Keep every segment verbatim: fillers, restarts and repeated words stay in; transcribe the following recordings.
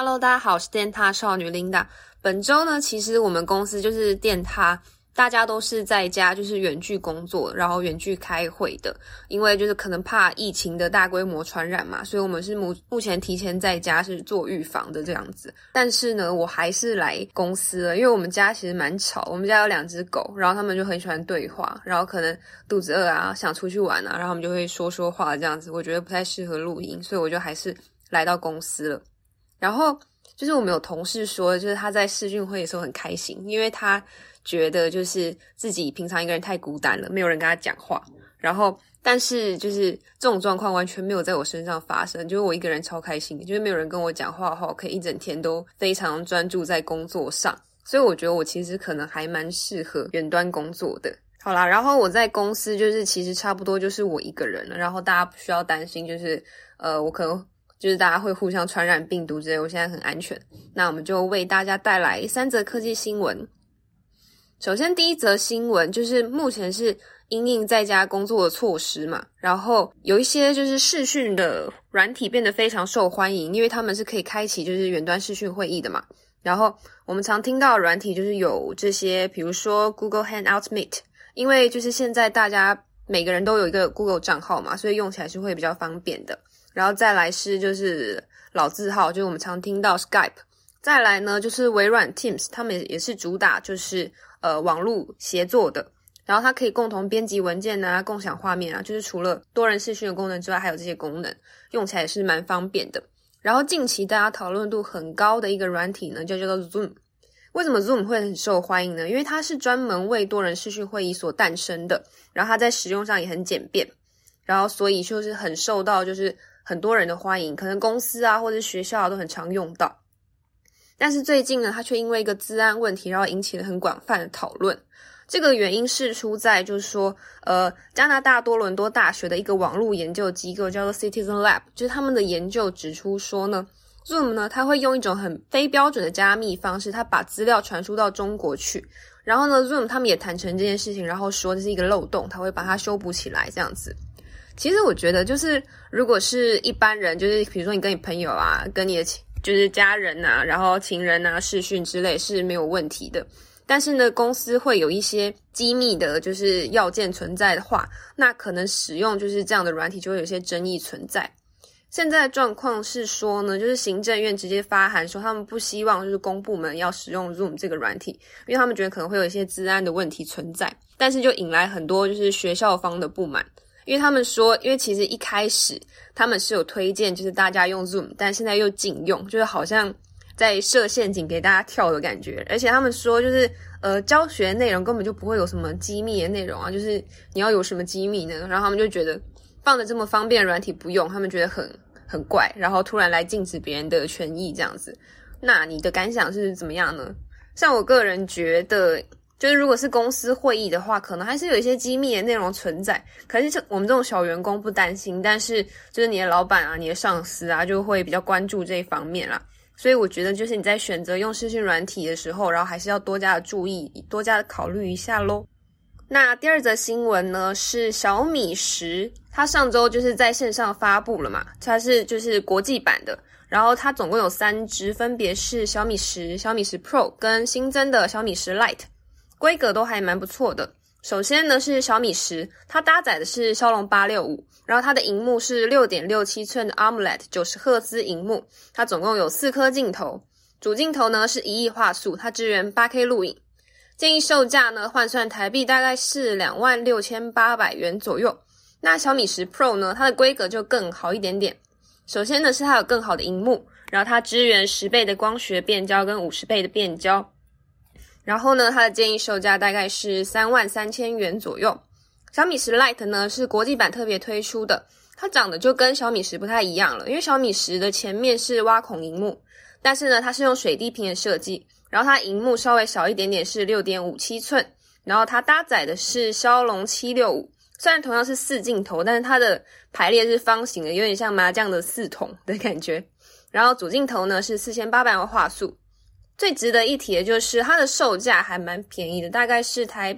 Hello， 大家好，我是电塔少女 Linda。本周呢，其实我们公司就是电塔，大家都是在家，就是远距工作，然后远距开会的。因为就是可能怕疫情的大规模传染嘛，所以我们是目目前提前在家是做预防的这样子。但是呢，我还是来公司了，因为我们家其实蛮吵，我们家有两只狗，然后他们就很喜欢对话，然后可能肚子饿啊，想出去玩啊，然后他们就会说说话这样子，我觉得不太适合录音，所以我就还是来到公司了。然后就是我们有同事说，就是他在视讯会的时候很开心，因为他觉得就是自己平常一个人太孤单了，没有人跟他讲话。然后但是就是这种状况完全没有在我身上发生，就是我一个人超开心的，就是没有人跟我讲话的话，我可以一整天都非常专注在工作上。所以我觉得我其实可能还蛮适合远端工作的。好啦，然后我在公司就是其实差不多就是我一个人了，然后大家不需要担心，就是呃我可能就是大家会互相传染病毒之类，我现在很安全。那我们就为大家带来三则科技新闻。首先第一则新闻就是目前是因应在家工作的措施嘛，然后有一些就是视讯的软体变得非常受欢迎，因为他们是可以开启就是远端视讯会议的嘛。然后我们常听到的软体就是有这些，比如说 Google Hangout Meet， 因为就是现在大家每个人都有一个 Google 账号嘛，所以用起来是会比较方便的。然后再来是就是老字号，就是我们常听到 Skype。再来呢就是微软 Teams， 他们也是主打就是呃网络协作的，然后它可以共同编辑文件啊，共享画面啊，就是除了多人视讯的功能之外，还有这些功能，用起来也是蛮方便的。然后近期大家讨论度很高的一个软体呢，就叫做 Zoom。 为什么 Zoom 会很受欢迎呢？因为它是专门为多人视讯会议所诞生的，然后它在使用上也很简便，然后所以就是很受到就是很多人的欢迎，可能公司啊或者学校啊都很常用到。但是最近呢，它却因为一个资安问题，然后引起了很广泛的讨论。这个原因是出在就是说呃，加拿大多伦多大学的一个网络研究机构叫做 Citizen Lab， 就是他们的研究指出说呢， Zoom 呢它会用一种很非标准的加密方式，它把资料传输到中国去。然后呢 Zoom 他们也谈成这件事情，然后说这是一个漏洞，它会把它修补起来这样子。其实我觉得就是如果是一般人，就是比如说你跟你朋友啊，跟你的就是家人啊，然后情人啊视讯之类是没有问题的。但是呢公司会有一些机密的就是要件存在的话，那可能使用就是这样的软体就会有一些争议存在。现在的状况是说呢，就是行政院直接发函说他们不希望就是公部门要使用 Zoom 这个软体，因为他们觉得可能会有一些资安的问题存在。但是就引来很多就是学校方的不满，因为他们说因为其实一开始他们是有推荐就是大家用 Zoom， 但现在又禁用，就是好像在设陷阱给大家跳的感觉。而且他们说就是呃教学内容根本就不会有什么机密的内容啊，就是你要有什么机密呢？然后他们就觉得放着这么方便的软体不用，他们觉得很很怪，然后突然来禁止别人的权益这样子。那你的感想是怎么样呢？像我个人觉得就是如果是公司会议的话，可能还是有一些机密的内容存在，可是我们这种小员工不担心，但是就是你的老板啊，你的上司啊就会比较关注这一方面啦。所以我觉得就是你在选择用视讯软体的时候，然后还是要多加的注意，多加的考虑一下咯。那第二则新闻呢是小米十，它上周就是在线上发布了嘛，它是就是国际版的，然后它总共有三支，分别是小米十、小米十 Pro 跟新增的小米十 Lite， 规格都还蛮不错的。首先呢是小米十，它搭载的是骁龙八六五，然后它的萤幕是 六点六七寸的 AMOLED 九十赫兹萤幕，它总共有四颗镜头，主镜头呢是一亿画素，它支援 八 K 录影。建议售价呢换算台币大概是两万六千八百元左右。那小米十 Pro 呢，它的规格就更好一点点。首先呢是它有更好的萤幕，然后它支援十倍的光学变焦跟五十倍的变焦。然后呢它的建议售价大概是三万三千元左右。小米十 Lite 呢是国际版特别推出的，它长得就跟小米十不太一样了，因为小米十的前面是挖孔萤幕，但是呢它是用水滴屏的设计，然后它萤幕稍微小一点点，是 六点五七寸，然后它搭载的是骁龙七六五，虽然同样是四镜头，但是它的排列是方形的，有点像麻将的四筒的感觉。然后主镜头呢是四千八百万画素。最值得一提的就是它的售价还蛮便宜的，大概是台币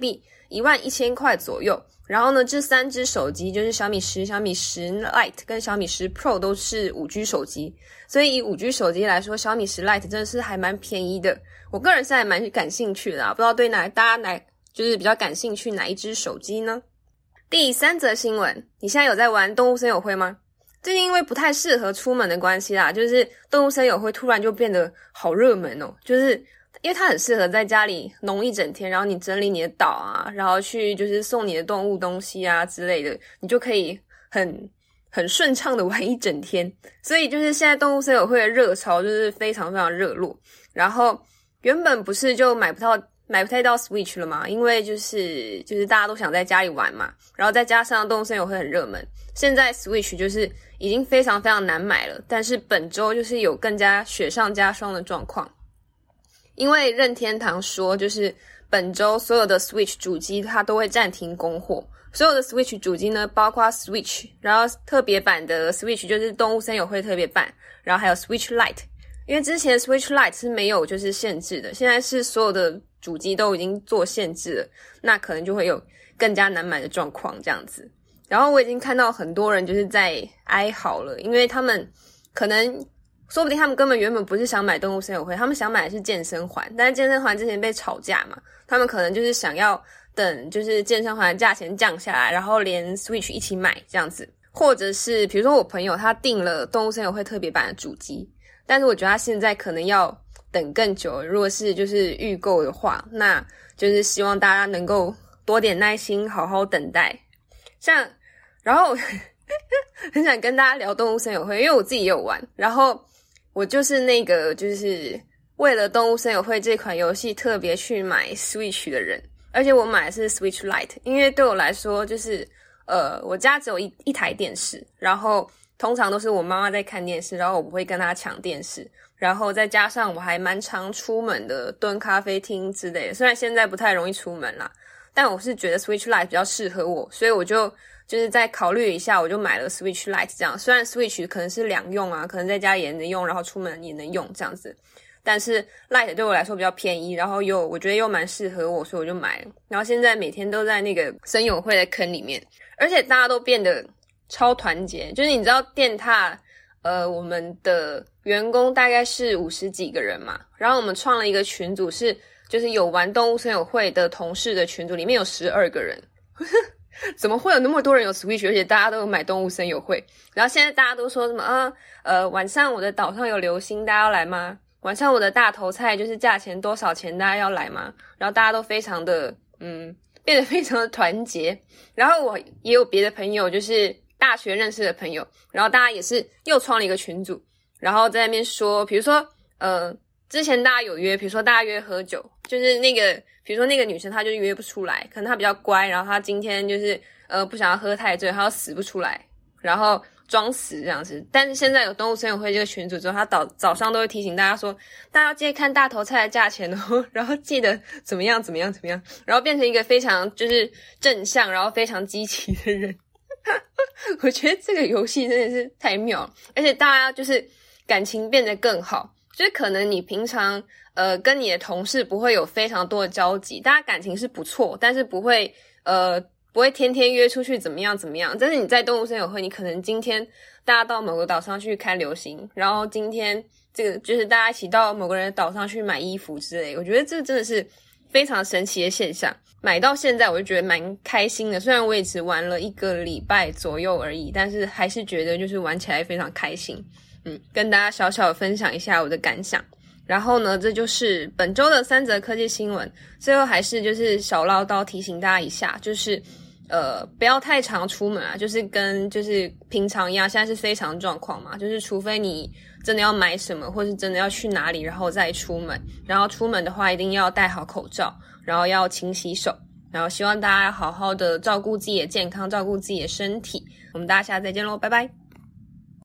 一万一千块左右。然后呢，这三只手机就是小米十、小米十 Lite 跟小米十 Pro 都是 五 G 手机，所以以 五 G 手机来说，小米十 Lite 真的是还蛮便宜的。我个人是还蛮感兴趣的啦，不知道对哪大家哪就是比较感兴趣哪一只手机呢？第三则新闻，你现在有在玩动物森友会吗？最近因为不太适合出门的关系啦，就是动物森友会突然就变得好热门哦，就是因为它很适合在家里农一整天，然后你整理你的岛啊，然后去就是送你的动物东西啊之类的，你就可以很很顺畅的玩一整天。所以就是现在动物森友会的热潮就是非常非常热络。然后原本不是就买不到买不太到 Switch 了嘛，因为就是就是大家都想在家里玩嘛，然后再加上动物森友会很热门，现在 Switch 就是已经非常非常难买了。但是本周就是有更加雪上加霜的状况。因为任天堂说，就是本周所有的 Switch 主机它都会暂停供货，所有的 Switch 主机呢，包括 Switch， 然后特别版的 Switch 就是动物森友会特别版，然后还有 Switch Lite， 因为之前 Switch Lite 是没有就是限制的，现在是所有的主机都已经做限制了，那可能就会有更加难买的状况这样子。然后我已经看到很多人就是在哀嚎了，因为他们可能说不定他们根本原本不是想买动物森友会，他们想买的是健身环，但是健身环之前被吵架嘛，他们可能就是想要等就是健身环的价钱降下来，然后连 Switch 一起买这样子。或者是比如说我朋友他订了动物森友会特别版的主机，但是我觉得他现在可能要等更久，如果是就是预购的话，那就是希望大家能够多点耐心好好等待。像然后很想跟大家聊动物森友会，因为我自己也有玩，然后我就是那个就是为了动物森友会这款游戏特别去买 Switch 的人，而且我买的是 Switch Lite， 因为对我来说就是呃我家只有一一台电视，然后通常都是我妈妈在看电视，然后我不会跟她抢电视，然后再加上我还蛮常出门的，蹲咖啡厅之类的，虽然现在不太容易出门啦，但我是觉得 Switch Lite 比较适合我，所以我就就是再考虑一下，我就买了 Switch Lite 这样。虽然 Switch 可能是两用啊，可能在家也能用，然后出门也能用这样子，但是 Lite 对我来说比较便宜，然后又我觉得又蛮适合我，所以我就买了。然后现在每天都在那个森友会的坑里面，而且大家都变得超团结，就是你知道电踏呃我们的员工大概是五十几个人嘛，然后我们创了一个群组，是就是有玩动物森友会的同事的群组，里面有十二个人。怎么会有那么多人有 Switch， 而且大家都有买动物森友会？然后现在大家都说什么啊？呃，晚上我的岛上有流星，大家要来吗？晚上我的大头菜就是价钱多少钱，大家要来吗？然后大家都非常的嗯，变得非常的团结。然后我也有别的朋友，就是大学认识的朋友，然后大家也是又创了一个群组，然后在那边说，比如说呃，之前大家有约，比如说大家约喝酒，就是那个。比如说那个女生她就约不出来，可能她比较乖，然后她今天就是呃不想要喝太醉，她要死不出来，然后装死这样子。但是现在有动物森友会这个群组之后，她早早上都会提醒大家说，大家要记得看大头菜的价钱哦，然后记得怎么样怎么样怎么样，然后变成一个非常就是正向，然后非常积极的人。我觉得这个游戏真的是太妙了，而且大家就是感情变得更好，就是可能你平常呃，跟你的同事不会有非常多的交集，大家感情是不错，但是不会呃不会天天约出去怎么样怎么样。但是你在动物森友会，你可能今天大家到某个岛上去看流星，然后今天这个就是大家一起到某个人的岛上去买衣服之类的。我觉得这真的是非常神奇的现象。买到现在我就觉得蛮开心的，虽然我也只玩了一个礼拜左右而已，但是还是觉得就是玩起来非常开心。嗯，跟大家小小的分享一下我的感想。然后呢，这就是本周的三则科技新闻。最后还是就是小唠叨提醒大家一下，就是呃不要太常出门啊，就是跟就是平常一样，现在是非常状况嘛，就是除非你真的要买什么，或是真的要去哪里，然后再出门。然后出门的话一定要戴好口罩，然后要勤洗手，然后希望大家好好的照顾自己的健康，照顾自己的身体。我们大家下次再见咯，拜拜。